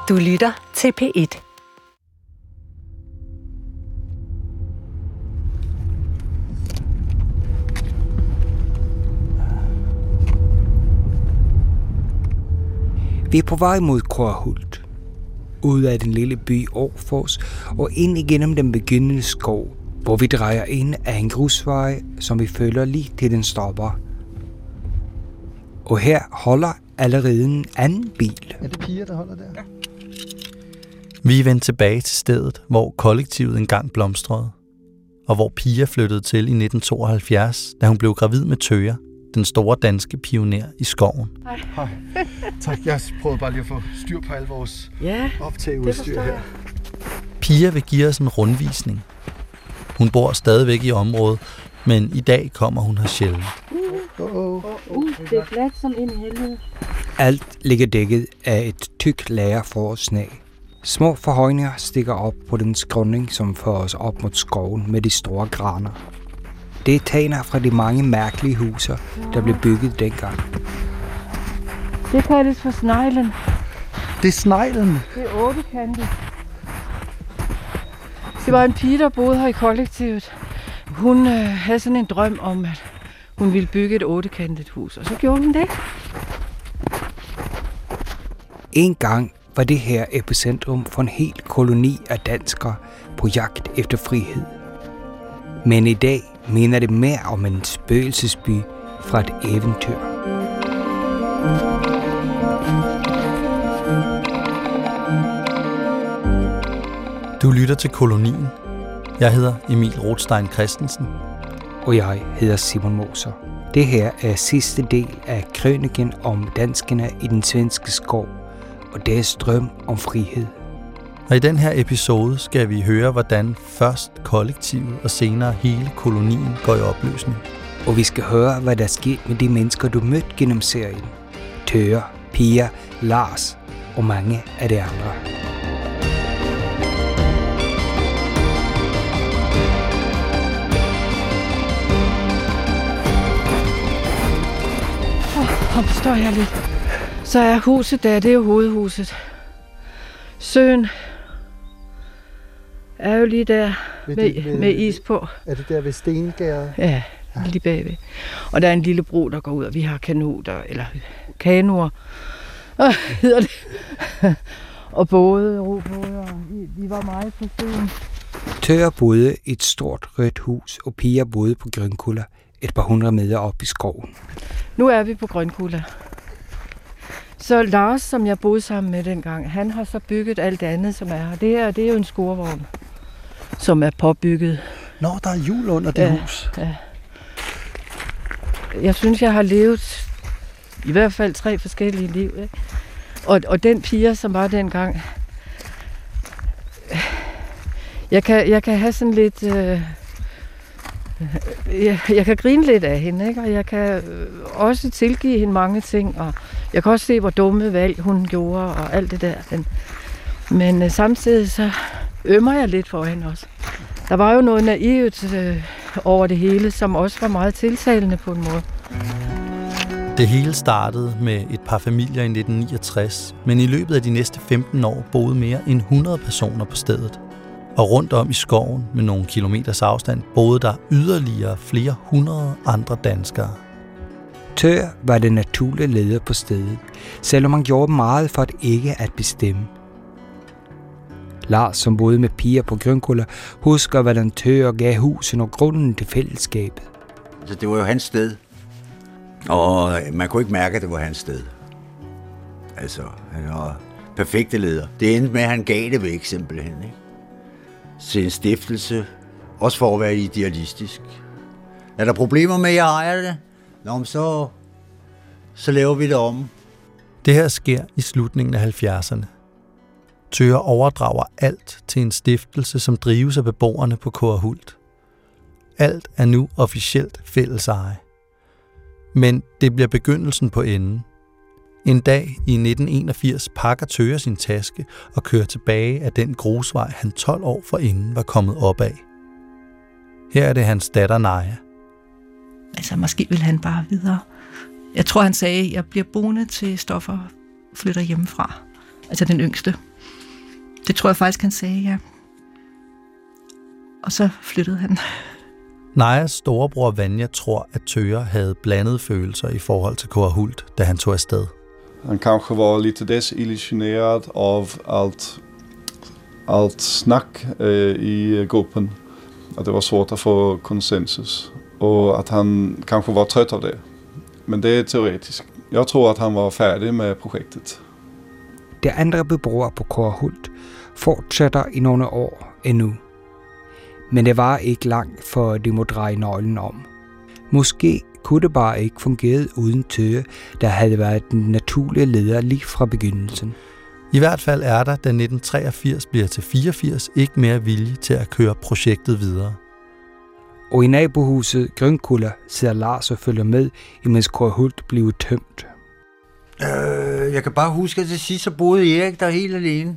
Du lytter til P1. Vi er på vej mod Korhult, ud af den lille by Årfors og ind igennem den begyndende skov, hvor vi drejer ind af en grusvej, som vi følger lige til den stopper. Og her holder allerede en anden bil. Er det piger, der holder der? Ja. Vi er vendt tilbage til stedet, hvor kollektivet engang blomstrede, og hvor Pia flyttede til i 1972, da hun blev gravid med Tøger, den store danske pioner i skoven. Hej. Tak, jeg prøvede bare lige at få styr på alle vores optageudstyr her. Pia vil give os en rundvisning. Hun bor stadigvæk i området, men i dag kommer hun her sjældent. Det er glat som ind i helvede. Alt ligger dækket af et tykt lager for sne. Små forhøjninger stikker op på den skråning, som fører os op mod skoven med de store graner. Det er taner fra de mange mærkelige huse, der blev bygget dengang. Det kaldes for sneglen. Det er sneglen. Det er ottekantet. Det var en pige, der boede her i kollektivet. Hun havde sådan en drøm om, at hun ville bygge et ottekantet hus, og så gjorde hun det. En gang var det her epicentrum for en hel koloni af danskere på jagt efter frihed. Men i dag minder det mere om en spøgelsesby fra et eventyr. Du lytter til Kolonien. Jeg hedder Emil Rothstein Christensen. Og jeg hedder Simon Moser. Det her er sidste del af krøniken om danskerne i den svenske skov og deres drøm om frihed. Og i den her episode skal vi høre, hvordan først kollektivet og senere hele kolonien går i opløsning. Og vi skal høre, hvad der er sket med de mennesker, du mødte gennem serien. Tøger, Pia, Lars og mange af de andre. Kom, står jeg lidt. Så er huset der, det er jo hovedhuset. Søen er jo lige der med is på. Er det der ved Stengæret? Ja, lige bagved. Og der er en lille bro, der går ud, og vi har kanoer, hedder det. Og robåde, vi var meget på søen. Tøger boede i et stort rødt hus, og Pia boede på Grønkulla, et par 100 meter op i skoven. Nu er vi på Grønkulla. Så Lars, som jeg boede sammen med dengang, han har så bygget alt det andet, som er her. Det her, det er jo en skurvogn, som er påbygget. Nå, der er hjul under det hus. Ja. Jeg synes, jeg har levet i hvert fald 3 forskellige liv. Ikke? Og den pige, som var dengang, jeg kan have sådan lidt... Jeg kan grine lidt af hende, ikke? Og jeg kan også tilgive hende mange ting, og jeg kan også se, hvor dumme valg hun gjorde, og alt det der. Men samtidig så ømmer jeg lidt for hende også. Der var jo noget naivt over det hele, som også var meget tiltalende på en måde. Det hele startede med et par familier i 1969, men i løbet af de næste 15 år boede mere end 100 personer på stedet. Og rundt om i skoven med nogle kilometers afstand boede der yderligere flere 100 andre danskere. Tør var den naturlige leder på stedet, selvom han gjorde meget for at ikke at bestemme. Lars, som boede med Pia på Grønkulla, husker, hvordan Tør gav husen og grunden til fællesskabet. Så det var jo hans sted, og man kunne ikke mærke, at det var hans sted. Altså, han var perfekte leder. Det endte med, at han gav det væk simpelthen, ikke? Til en stiftelse, også for at være idealistisk. Er der problemer med, at jeg ejer det? Nå, så laver vi det om. Det her sker i slutningen af 70'erne. Tøger overdrager alt til en stiftelse, som drives af beboerne på Korhult. Alt er nu officielt fælleseje. Men det bliver begyndelsen på enden. En dag i 1981 pakker Tøger sin taske og kører tilbage af den grusvej, han 12 år forinden var kommet op af. Her er det hans datter Naja. Altså, måske vil han bare videre. Jeg tror, han sagde, at jeg bliver boende til Stoffer flytter hjemmefra. Altså den yngste. Det tror jeg faktisk, han sagde, ja. Og så flyttede han. Najas storebror Vanja tror, at Thøger havde blandede følelser i forhold til Kåre Hult, da han tog afsted. Han kanske var lite desillusionerad av allt snack i gruppen. Att det var svårt att få konsensus. Och att han kanske var trött av det. Men det är teoretiskt. Jag tror att han var färdig med projektet. De andre beboere på Kåre Hult fortsætter i nogle år endnu. Men det var ikke langt, for de må dreje nøglen om. Måske kunne det bare ikke fungere uden Thøger, der havde været den naturlige leder lige fra begyndelsen. I hvert fald er der, da 1983 bliver til 84, ikke mere vilje til at køre projektet videre. Og i nabohuset Grønkulla sidder Lars og følger med, imens Kåre Hult bliver tømt. Jeg kan bare huske, at til sidst så boede Erik der helt alene.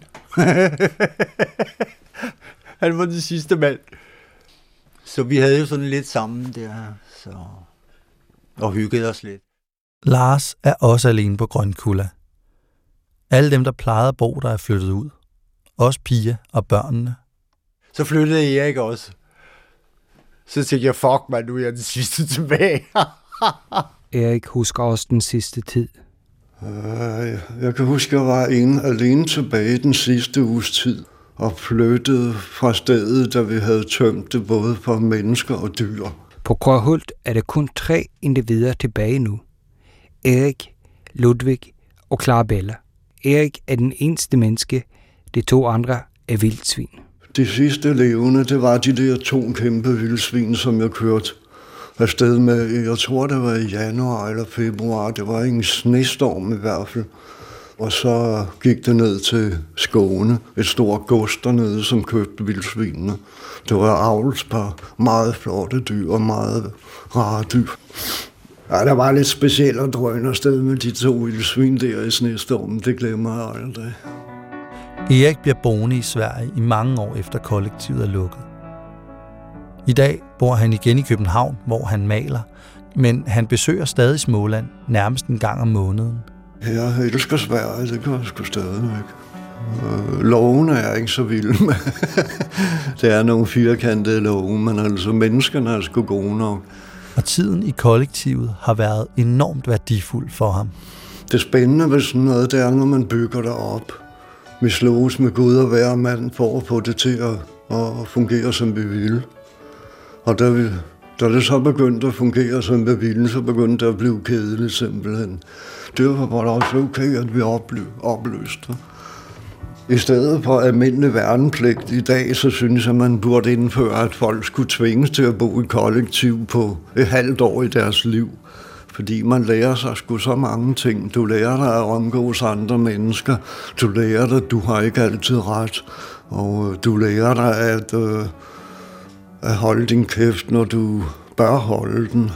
Han var den sidste mand. Så vi havde jo sådan lidt sammen der, og hyggede os lidt. Lars er også alene på Grønkulla. Alle dem, der plejede at bo der, er flyttet ud. Også Pia og børnene. Så flyttede Erik også. Så tænkte jeg, fuck man, nu er jeg den sidste tilbage. Erik husker også den sidste tid. Jeg kan huske, at jeg var alene tilbage den sidste uges tid. Og flyttede fra stedet, da vi havde tømt det både for mennesker og dyr. På Kåre Hult er der kun 3 individer tilbage nu. Erik, Ludvig og Clara Bella. Erik er den eneste menneske, de 2 andre er vildsvin. De sidste levende, det var de der 2 kæmpe vildsvin, som jeg kørte afsted med. Jeg tror, det var i januar eller februar. Det var en snestorm i hvert fald. Og så gik det ned til Skåne, et stort gods dernede, som købte vildsvinene. Det var avlspar, meget flotte dyr og meget rare dyr. Ja, der var lidt specielt at drøne afsted med de 2 vildsvin der i snestormen. Det glemmer jeg aldrig. Erik bliver boende i Sverige i mange år efter kollektivet er lukket. I dag bor han igen i København, hvor han maler, men han besøger stadig Småland nærmest en gang om måneden. Jeg elsker Sverige, det gør jeg sgu stadigvæk. Lovene er ikke så vilde med. Det er nogle firkantede love, men altså menneskerne er sgu gode nok. Og tiden i kollektivet har været enormt værdifuld for ham. Det spændende ved sådan noget, det er, når man bygger det op. Vi slås med Gud og hver mand for at få det til at fungere, som vi ville. Og da det så begyndte at fungere, som vi ville, så begyndte det at blive kedeligt simpelthen. Det var bare også okay, at vi opløste. I stedet for almindelig værnepligt i dag, så synes jeg, at man burde indføre, at folk skulle tvinges til at bo i kollektiv på et halvt år i deres liv. Fordi man lærer sig sgu så mange ting. Du lærer dig at omgås andre mennesker. Du lærer dig, at du har ikke altid ret. Og du lærer dig at holde din kæft, når du bør holde den.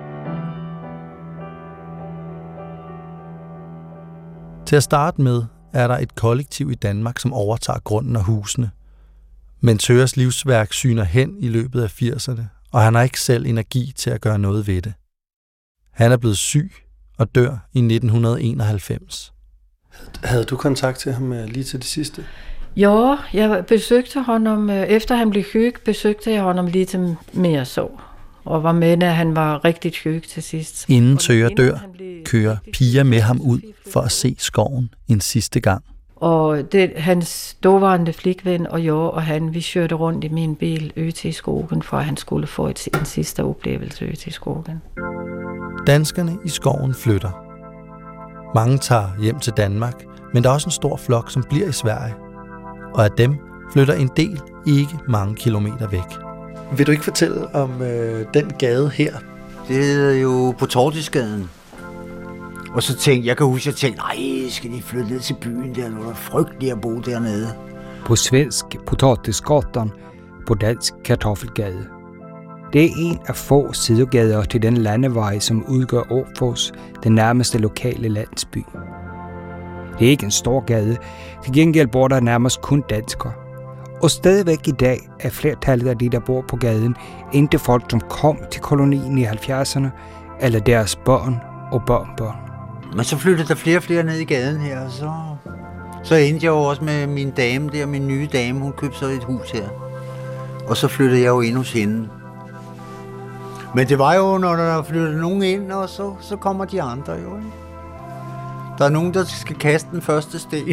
Til at starte med er der et kollektiv i Danmark, som overtager grunden og husene. Men Thøgers livsværk syner hen i løbet af 80'erne, og han har ikke selv energi til at gøre noget ved det. Han er blevet syg og dør i 1991. Havde du kontakt til ham lige til det sidste? Jo, jeg besøgte ham, efter han blev syg, besøgte jeg ham lige til mere så. Og var med, da han var rigtig syg til sidst. Inden Thøger dør, kører Pia med ham ud for at se skoven en sidste gang. Og hans daværende flikven og jeg og han, vi kørte rundt i min bil ude i skoven, for at han skulle få en sidste oplevelse ude i skoven. Danskerne i skoven flytter. Mange tager hjem til Danmark, men der er også en stor flok, som bliver i Sverige. Og af dem flytter en del ikke mange kilometer væk. Vil du ikke fortælle om den gade her? Det er jo på Tortisgaden. Og så tænkte jeg, nej, skal de flytte ned til byen der? Det var frygteligt at bo dernede. På svensk Potatisgatan, på dansk Kartoffelgade. Det er en af få sidegader til den landevej, som udgør Årfors, den nærmeste lokale landsby. Det er ikke en stor gade, til gengæld bor der nærmest kun danskere. Og stadigvæk i dag er flertallet af de, der bor på gaden, ikke folk, som kom til kolonien i 70'erne, eller deres børn og børnbørn. Men så flyttede der flere og flere ned i gaden her, og Så endte jeg jo også med min dame der, min nye dame, hun købte så et hus her. Og så flyttede jeg jo ind hos hende. Men det var jo, når der flyttede nogen ind, og så kommer de andre jo. Ikke? Der er nogen, der skal kaste den første sten,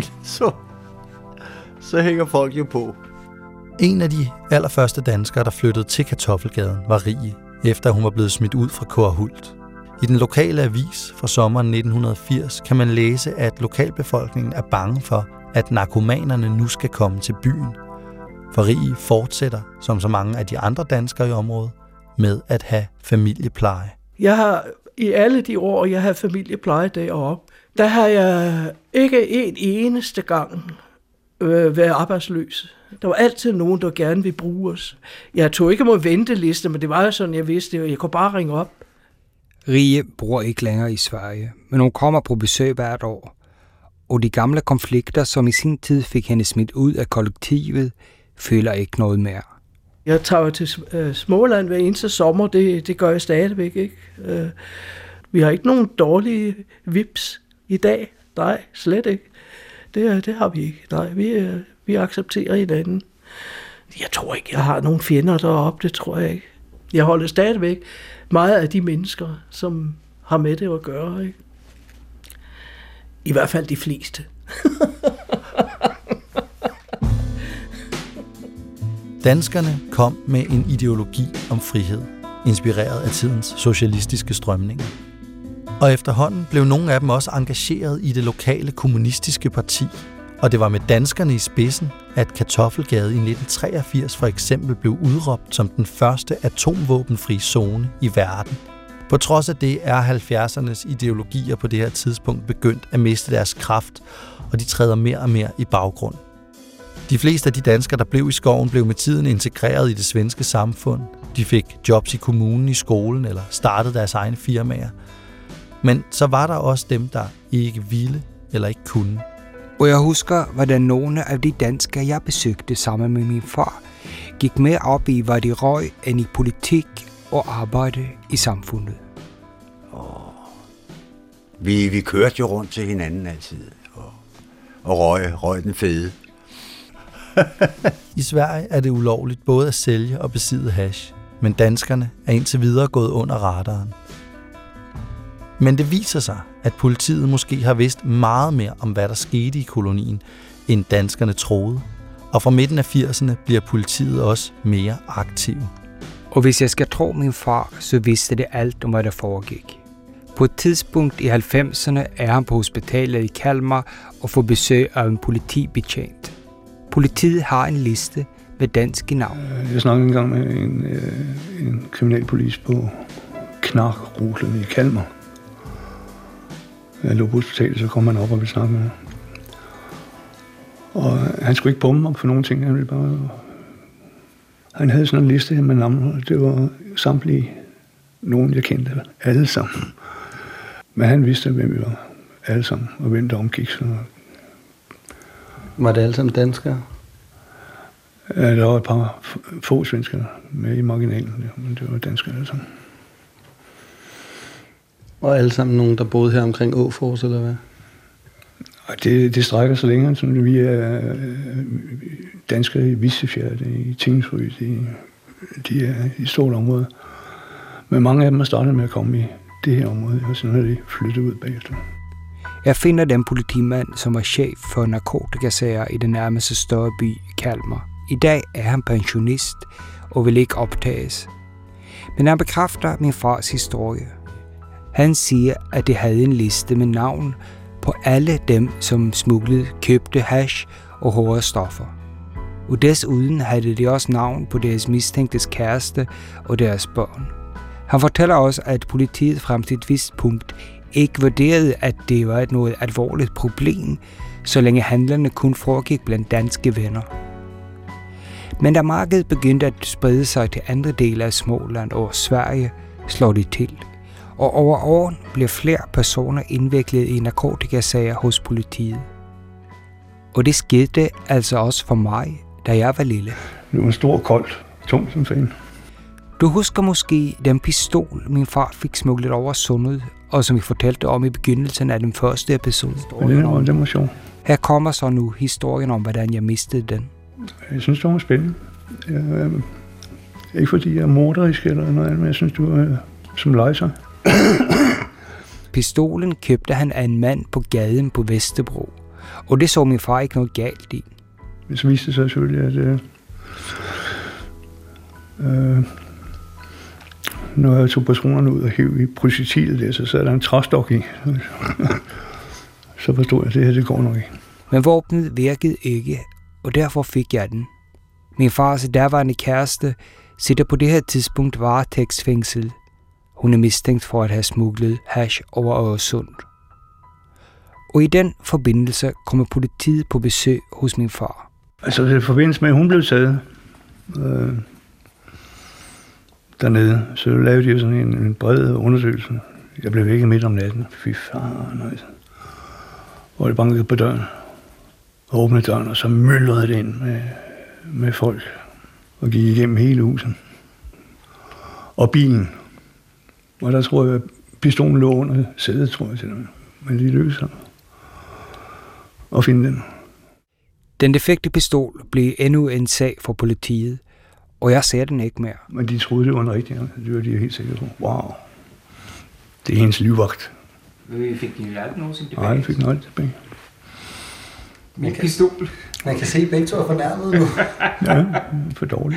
så hænger folk jo på. En af de allerførste danskere, der flyttede til Kartoffelgaden, var Rie, efter hun var blevet smidt ud fra Korhult. I den lokale avis fra sommeren 1980 kan man læse, at lokalbefolkningen er bange for, at narkomanerne nu skal komme til byen. For Rie fortsætter, som så mange af de andre danskere i området, med at have familiepleje. Jeg har i alle de år, jeg havde familiepleje deroppe, der har jeg ikke en eneste gang været arbejdsløs. Der var altid nogen, der gerne ville bruge os. Jeg tog ikke mod venteliste, men det var jo sådan, jeg vidste det, jeg kunne bare ringe op. Rie bor ikke længere i Sverige, men hun kommer på besøg hvert år. Og de gamle konflikter, som i sin tid fik hende smidt ud af kollektivet, føler ikke noget mere. Jeg tager til Småland hver eneste sommer, det gør jeg stadigvæk ikke. Vi har ikke nogen dårlige vips i dag. Nej, slet ikke. Det har vi ikke. Nej, vi accepterer hinanden. Jeg tror ikke, jeg har nogen fjender deroppe, det tror jeg ikke. Jeg holder stadigvæk meget af de mennesker, som har med det at gøre. Ikke? I hvert fald de fleste. Danskerne kom med en ideologi om frihed, inspireret af tidens socialistiske strømninger. Og efterhånden blev nogle af dem også engageret i det lokale kommunistiske parti. Og det var med danskerne i spidsen, at Kartoffelgade i 1983 for eksempel blev udråbt som den første atomvåbenfri zone i verden. På trods af det er 70'ernes ideologier på det her tidspunkt begyndt at miste deres kraft, og de træder mere og mere i baggrund. De fleste af de danskere, der blev i skoven, blev med tiden integreret i det svenske samfund. De fik jobs i kommunen, i skolen eller startede deres egne firmaer. Men så var der også dem, der ikke ville eller ikke kunne. Og jeg husker, hvordan nogle af de danskere, jeg besøgte sammen med min far, gik mere op i, hvad de røg, end i politik og arbejde i samfundet. Vi kørte jo rundt til hinanden altid, og røg den fede. I Sverige er det ulovligt både at sælge og besidde hash, men danskerne er indtil videre gået under radaren. Men det viser sig, at politiet måske har vidst meget mere om, hvad der skete i kolonien, end danskerne troede. Og fra midten af 80'erne bliver politiet også mere aktive. Og hvis jeg skal tro min far, så vidste det alt om, hvad der foregik. På et tidspunkt i 90'erne er han på hospitalet i Kalmar og får besøg af en politibetjent. Politiet har en liste med danske navn. Jeg snakkede engang med en kriminalpolis på Knarkruten i Kalmar. Jeg lå på hospitalet, så kom han op og ville snakke med mig. Og han skulle ikke bombe op for nogen ting. Han ville bare... Han havde sådan en liste med navne, og det var samtlige nogen, jeg kendte alle sammen. Men han vidste, hvem vi var alle sammen, og hvem der omgik. Så... Var det alle sammen danskere? Ja, der var et par få svenskere med i marginalen, men det var danskere alle sammen. Og alle sammen nogen, der boede her omkring Åfors, eller hvad? Det strækker så længere, som vi er danskere i Vissefjord, i Tingsryd, de er i stort område. Men mange af dem har startet med at komme i det her område, og så har de flyttet ud bagefter. Jeg finder den politimand, som er chef for narkotikasager i den nærmeste større by, Kalmar. I dag er han pensionist og vil ikke optages. Men han bekræfter min fars historie. Han siger, at de havde en liste med navn på alle dem, som smuglede, købte hash og hårde stoffer. Og desuden havde de også navn på deres mistænktes kæreste og deres børn. Han fortæller også, at politiet frem til et vist punkt ikke vurderede, at det var noget alvorligt problem, så længe handlerne kun foregik blandt danske venner. Men da markedet begyndte at sprede sig til andre dele af Småland og Sverige, slår de til. Og over åren bliver flere personer indviklet i narkotikasager hos politiet. Og det skete altså også for mig, da jeg var lille. Det var en stor, koldt, tung som fanden. Du husker måske den pistol, min far fik smuglet over sundet, og som vi fortalte om i begyndelsen af den første episode. Den var sjov. Her kommer så nu historien om, hvordan jeg mistede den. Jeg synes, det var spændende. Ikke fordi jeg er morderisk eller noget andet, men jeg synes, det var som legetøj. Pistolen købte han af en mand på gaden på Vesterbro, og det så min far ikke noget galt i. Så viste det sig selvfølgelig, at når jeg tog patronerne ud og hævde i projektilet der, så sad der en træstok i. Så forstod jeg, at det her, det går nok ikke. Men våbnet virkede ikke, og derfor fik jeg den. Min fars derværende kæreste sitter på det her tidspunkt varetægtsfængsel. Hun er mistænkt for at have smuglet hash over Øresund. Og i den forbindelse kommer politiet på besøg hos min far. Altså i forbindelse med, at hun blev taget dernede, så lavede de sådan en bred undersøgelse. Jeg blev væk midt om natten. Fy fanden. Og det bankede på døren. Og åbnede døren, og så myldrede det ind med folk. Og gik igennem hele huset. Og bilen. Og der tror jeg, at pistolen lå under sædet, tror jeg til dem. Men de lykkedes at finde den. Den defekte pistol blev endnu en sag for politiet, og jeg ser den ikke mere. Men de troede, det var en rigtig. Det var de helt sikre på. Wow. Det er hendes livvagt. Fik de aldrig nogensinde tilbage? Nej, jeg fik den aldrig tilbage. Min pistol. Man kan se, at begge to er fornærmet nu. Ja, for dårligt.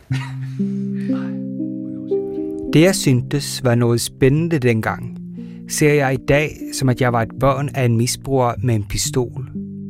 Det jeg syntes var noget spændende dengang, ser jeg i dag som at jeg var et børn af en misbruger med en pistol.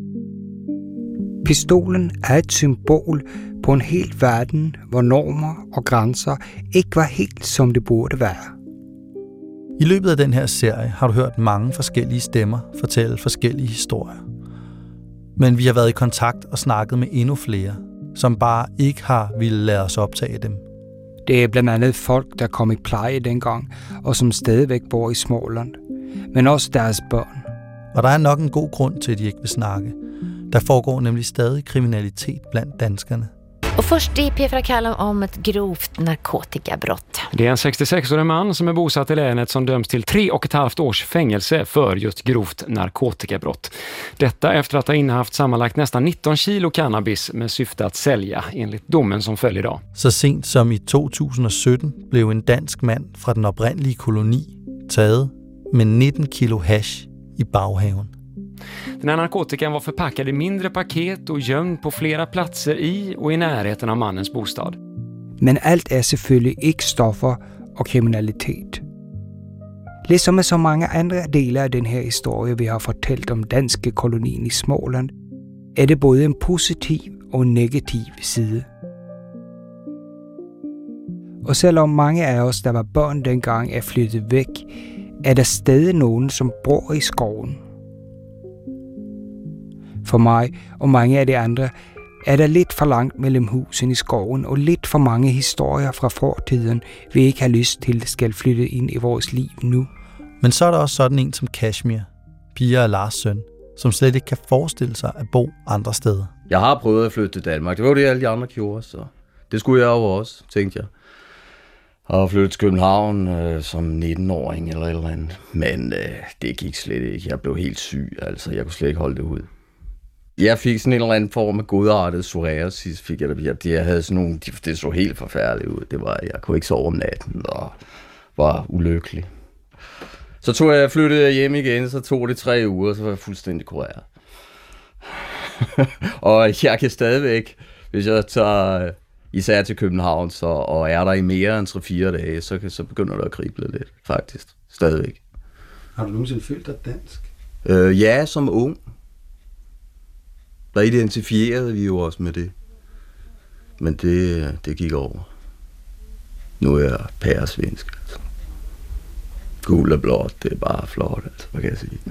Pistolen er et symbol på en hel verden, hvor normer og grænser ikke var helt som det burde være. I løbet af den her serie har du hørt mange forskellige stemmer fortælle forskellige historier. Men vi har været i kontakt og snakket med endnu flere, som bare ikke har ville lade os optage dem. Det er blandt andet folk, der kom i pleje dengang, og som stadigvæk bor i Småland, men også deres børn. Og der er nok en god grund til, at de ikke vil snakke. Der foregår nemlig stadig kriminalitet blandt danskerne. Och först i P4 Kallen om ett grovt narkotikabrott. Det är en 66-årig man som är bosatt i länet som döms till 3,5 års fängelse för just grovt narkotikabrott. Detta efter att ha innehaft sammanlagt nästan 19 kilo cannabis med syfte att sälja, enligt domen som följer idag. Så sent som i 2017 blev en dansk mand fra den oprindelige koloni taget med 19 kilo hash i baghaven. Den här narkotikan var förpackad i mindre paket och gömd på flera platser i och i närheten av mannens bostad. Men alt er selvfølgelig ikke stoffer og kriminalitet. Ligesom med så mange andre dele af den her historie, vi har fortalt om danske kolonien i Småland, er det både en positiv og en negativ side. Og selvom mange af os, der var børn dengang, er flyttet væk, er der stadig nogen, som bor i skoven. For mig og mange af de andre er der lidt for langt mellem husen i skoven og lidt for mange historier fra fortiden, vi ikke har lyst til skal flytte ind i vores liv nu. Men så er der også sådan en som Kashmir, Pia og Lars søn, som slet ikke kan forestille sig at bo andre steder. Jeg har prøvet at flytte til Danmark. Det var det, alle de andre gjorde, så det skulle jeg jo også, tænkte jeg. Og flyttede til København som 19-åring eller et eller andet. Men det gik slet ikke. Jeg blev helt syg, altså. Jeg kunne slet ikke holde det ud. Jeg fik sådan en eller anden form af godartet psoriasis, fik jeg det. Jeg havde sådan nogle, det så helt forfærdeligt ud. Jeg kunne ikke sove om natten og var ulykkelig. Så flyttede jeg hjem igen, så tog det 3 uger, så var jeg fuldstændig kureret. Og jeg kan stadigvæk, hvis jeg tager især til København, og er der i mere end 3-4 dage, så begynder det at krible lidt, faktisk. Stadigvæk. Har du nogensinde følt dig dansk? Ja, som ung. Der identifierede vi jo også med det. Men det gik over. Nu er jeg pæresvensk, altså. Gul og blåt, det er bare flot, altså, hvad kan jeg sige?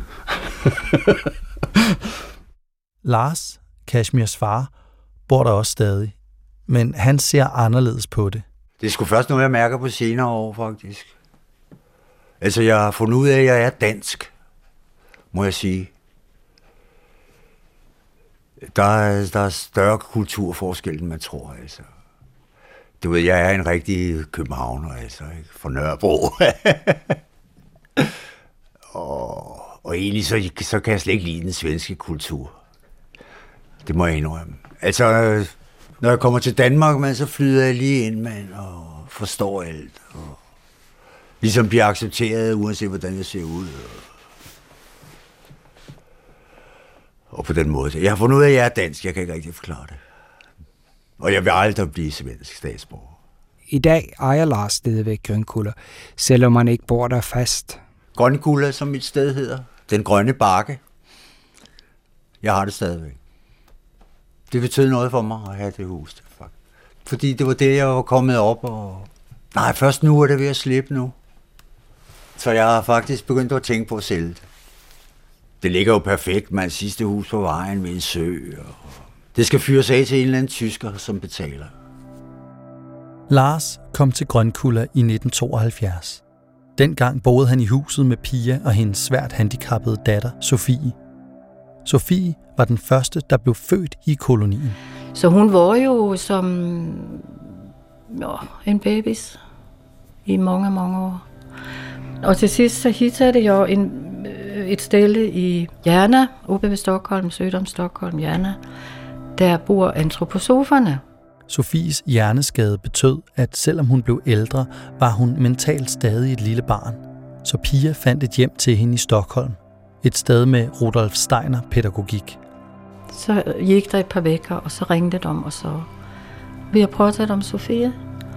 Lars, Kashmirs far, bor der også stadig. Men han ser anderledes på det. Det er sgu først noget, jeg mærker på senere år, faktisk. Altså, jeg har fundet ud af, at jeg er dansk, må jeg sige. Der er større kulturforskel, end man tror, altså. Du ved, jeg er en rigtig københavner, altså, ikke? Fra Nørrebro. og egentlig så kan jeg slet ikke lide den svenske kultur. Det må jeg indrømme. Altså, når jeg kommer til Danmark, man, så flyder jeg lige ind, man, og forstår alt. Og ligesom bliver accepteret, uanset hvordan jeg ser ud. Og på den måde. Jeg har fundet ud af, at jeg er dansk. Jeg kan ikke rigtig forklare det. Og jeg vil aldrig blive svensk statsborger. I dag ejer Lars stadigvæk Grønkulla, selvom man ikke bor der fast. Grønkulla, som mit sted hedder. Den grønne bakke. Jeg har det stadigvæk. Det betød noget for mig at have det hus. Fordi det var det, jeg var kommet op og... Nej, først nu er det ved at slippe nu. Så jeg har faktisk begyndt at tænke på at sælge det. Det ligger jo perfekt, man. Sidste hus på vejen ved en sø. Og det skal fyres af til en eller anden tysker, som betaler. Lars kom til Grønkulla i 1972. Dengang boede han i huset med Pia og hendes svært handicappede datter, Sofie. Sofie var den første, der blev født i kolonien. Så hun var jo som en babys i mange, mange år. Og til sidst så hittede jeg et sted i Järna, oppe ved Stockholm, sødt om Stockholm, Järna. Der bor antroposoferne. Sofies hjerneskade betød, at selvom hun blev ældre, var hun mentalt stadig et lille barn. Så Pia fandt et hjem til hende i Stockholm. Et sted med Rudolf Steiner-pædagogik. Så gik der et par vækker, og så ringte de om, og så vi har pratet om Sofie.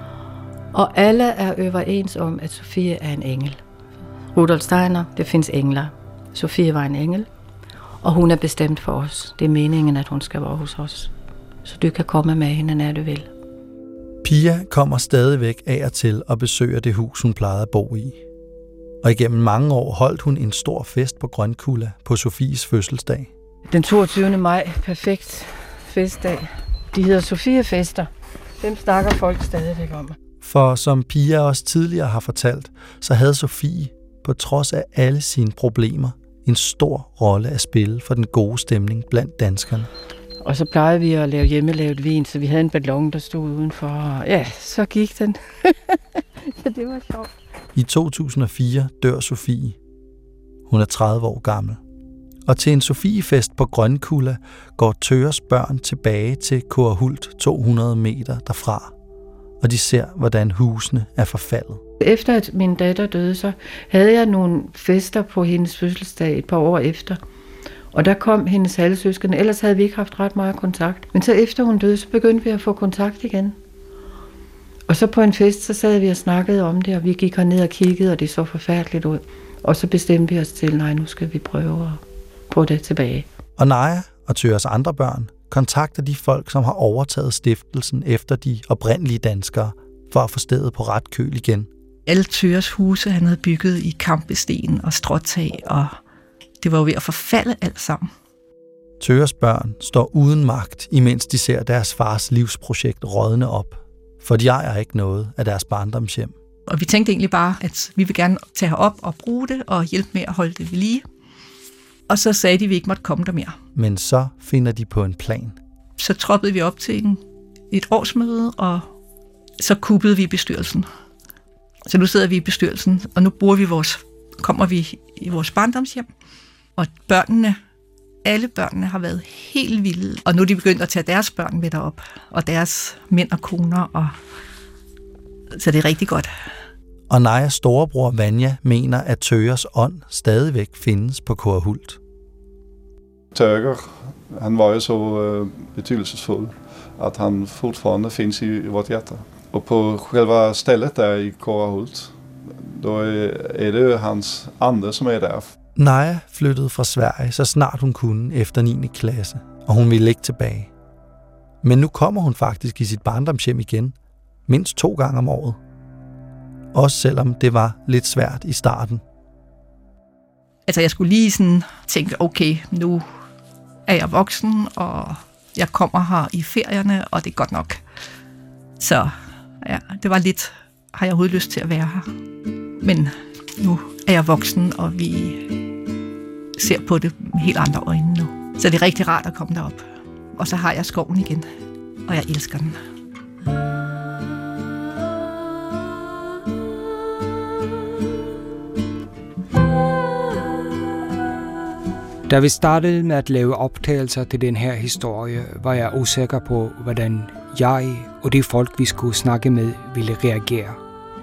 Og alle er overens om, at Sofie er en engel. Rudolf Steiner, det findes engler. Sofie var en engel, og hun er bestemt for os. Det er meningen, at hun skal være hos os. Så du kan komme med hende, når du vil. Pia kommer stadigvæk af og til og besøger det hus, hun plejede at bo i. Og igennem mange år holdt hun en stor fest på Grønkulla på Sofies fødselsdag. Den 22. maj, perfekt festdag. De hedder Sofiefester. Dem snakker folk stadigvæk om. For som Pia også tidligere har fortalt, så havde Sofie, på trods af alle sine problemer, en stor rolle at spille for den gode stemning blandt danskerne. Og så plejede vi at lave hjemmelavet vin, så vi havde en ballon, der stod udenfor. Og ja, så gik den. Så det var sjovt. I 2004 dør Sofie. Hun er 30 år gammel. Og til en Sofiefest på Grønkulla går Tøres børn tilbage til Korahult 200 meter derfra. Og de ser, hvordan husene er forfaldet. Efter at min datter døde, så havde jeg nogle fester på hendes fødselsdag et par år efter. Og der kom hendes halvsøskende, ellers havde vi ikke haft ret meget kontakt. Men så efter hun døde, så begyndte vi at få kontakt igen. Og så på en fest, så sad vi og snakkede om det, og vi gik herned og kiggede, og det så forfærdeligt ud. Og så bestemte vi os til, nej, nu skal vi prøve at få det tilbage. Og Naja og Tøres andre børn kontakter de folk, som har overtaget stiftelsen efter de oprindelige danskere, for at få stedet på ret køl igen. Alle Tøres huse, han havde bygget i kampesten og stråtag, og det var jo ved at forfalde alt sammen. Tøres børn står uden magt, imens de ser deres fars livsprojekt rådne op. For de ejer ikke noget af deres barndomshjem. Og vi tænkte egentlig bare, at vi vil gerne tage herop og bruge det og hjælpe med at holde det ved lige. Og så sagde de, at vi ikke måtte komme der mere. Men så finder de på en plan. Så troppede vi op til et årsmøde, og så kuppede vi bestyrelsen. Så nu sidder vi i bestyrelsen, og nu kommer vi i vores barndomshjem. Og alle børnene har været helt vilde. Og nu er de begyndt at tage deres børn med derop, og deres mænd og koner. Så det er rigtig godt. Og Najas storebror Vanja mener, at Tøres ånd stadigvæk findes på Korahult. Tøger, han var jo så betydelsesfull att han fortfarande finns i vårt hjärta. Och på själva stället där i Korahult, då är det ju hans ande som är där. Naja flyttede fra Sverige, så snart hun kunne efter 9. klasse, og hun ville ikke tilbage. Men nu kommer hun faktisk i sit barndomshjem igen, mindst 2 gange om året. Også selvom det var lidt svært i starten. Altså jeg skulle lige sådan tænke, okay, nu er jeg voksen, og jeg kommer her i ferierne, og det er godt nok. Så ja, det var lidt, har jeg overhovedet lyst til at være her. Men nu er jeg voksen, og vi ser på det med helt andre øjne nu. Så det er rigtig rart at komme derop. Og så har jeg skoven igen, og jeg elsker den. Da vi startede med at lave optagelser til den her historie, var jeg usikker på, hvordan jeg og de folk, vi skulle snakke med, ville reagere.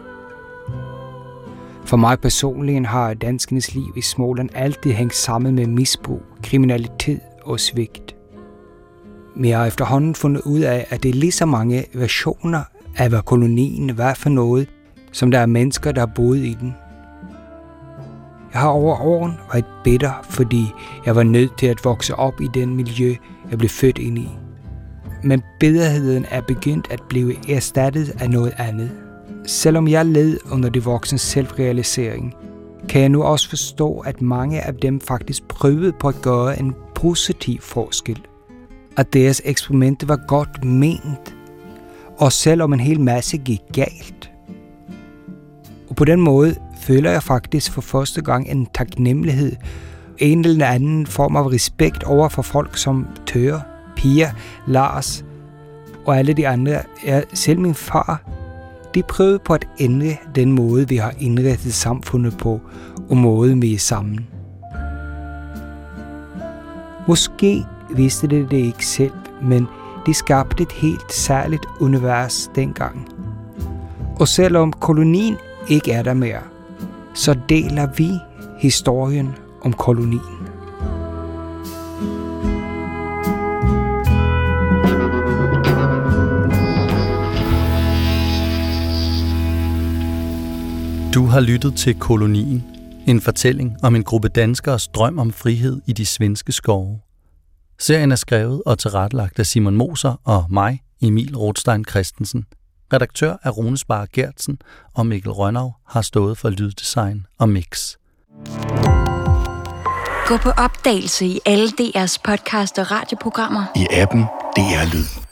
For mig personligt har danskernes liv i Småland altid hængt sammen med misbrug, kriminalitet og svigt. Men jeg har efterhånden fundet ud af, at det er lige så mange versioner af, hvad kolonien var for noget, som der er mennesker, der har boet i den. Jeg har over årene været bitter, fordi jeg var nødt til at vokse op i den miljø, jeg blev født ind i. Men bitterheden er begyndt at blive erstattet af noget andet. Selvom jeg led under de voksnes selvrealisering, kan jeg nu også forstå, at mange af dem faktisk prøvede på at gøre en positiv forskel. At deres eksperiment var godt ment, og selvom en hel masse gik galt. Og på den måde føler jeg faktisk for første gang en taknemmelighed, en eller anden form af respekt over for folk som Tør, Pia, Lars og alle de andre. Selv min far, de prøvede på at ændre den måde, vi har indrettet samfundet på, og måden, vi er sammen. Måske vidste det ikke selv, men de skabte et helt særligt univers dengang. Og selvom kolonien ikke er der mere, så deler vi historien om kolonien. Du har lyttet til Kolonien, en fortælling om en gruppe danskeres drøm om frihed i de svenske skove. Serien er skrevet og tilrettelagt af Simon Moser og mig, Emil Rothstein Christensen. Redaktør er Rune Spar Gertsen, og Mikkel Rønnav har stået for lyddesign og mix. Gå på opdagelse i alle DR's podcast og radioprogrammer. I appen DR Lyd.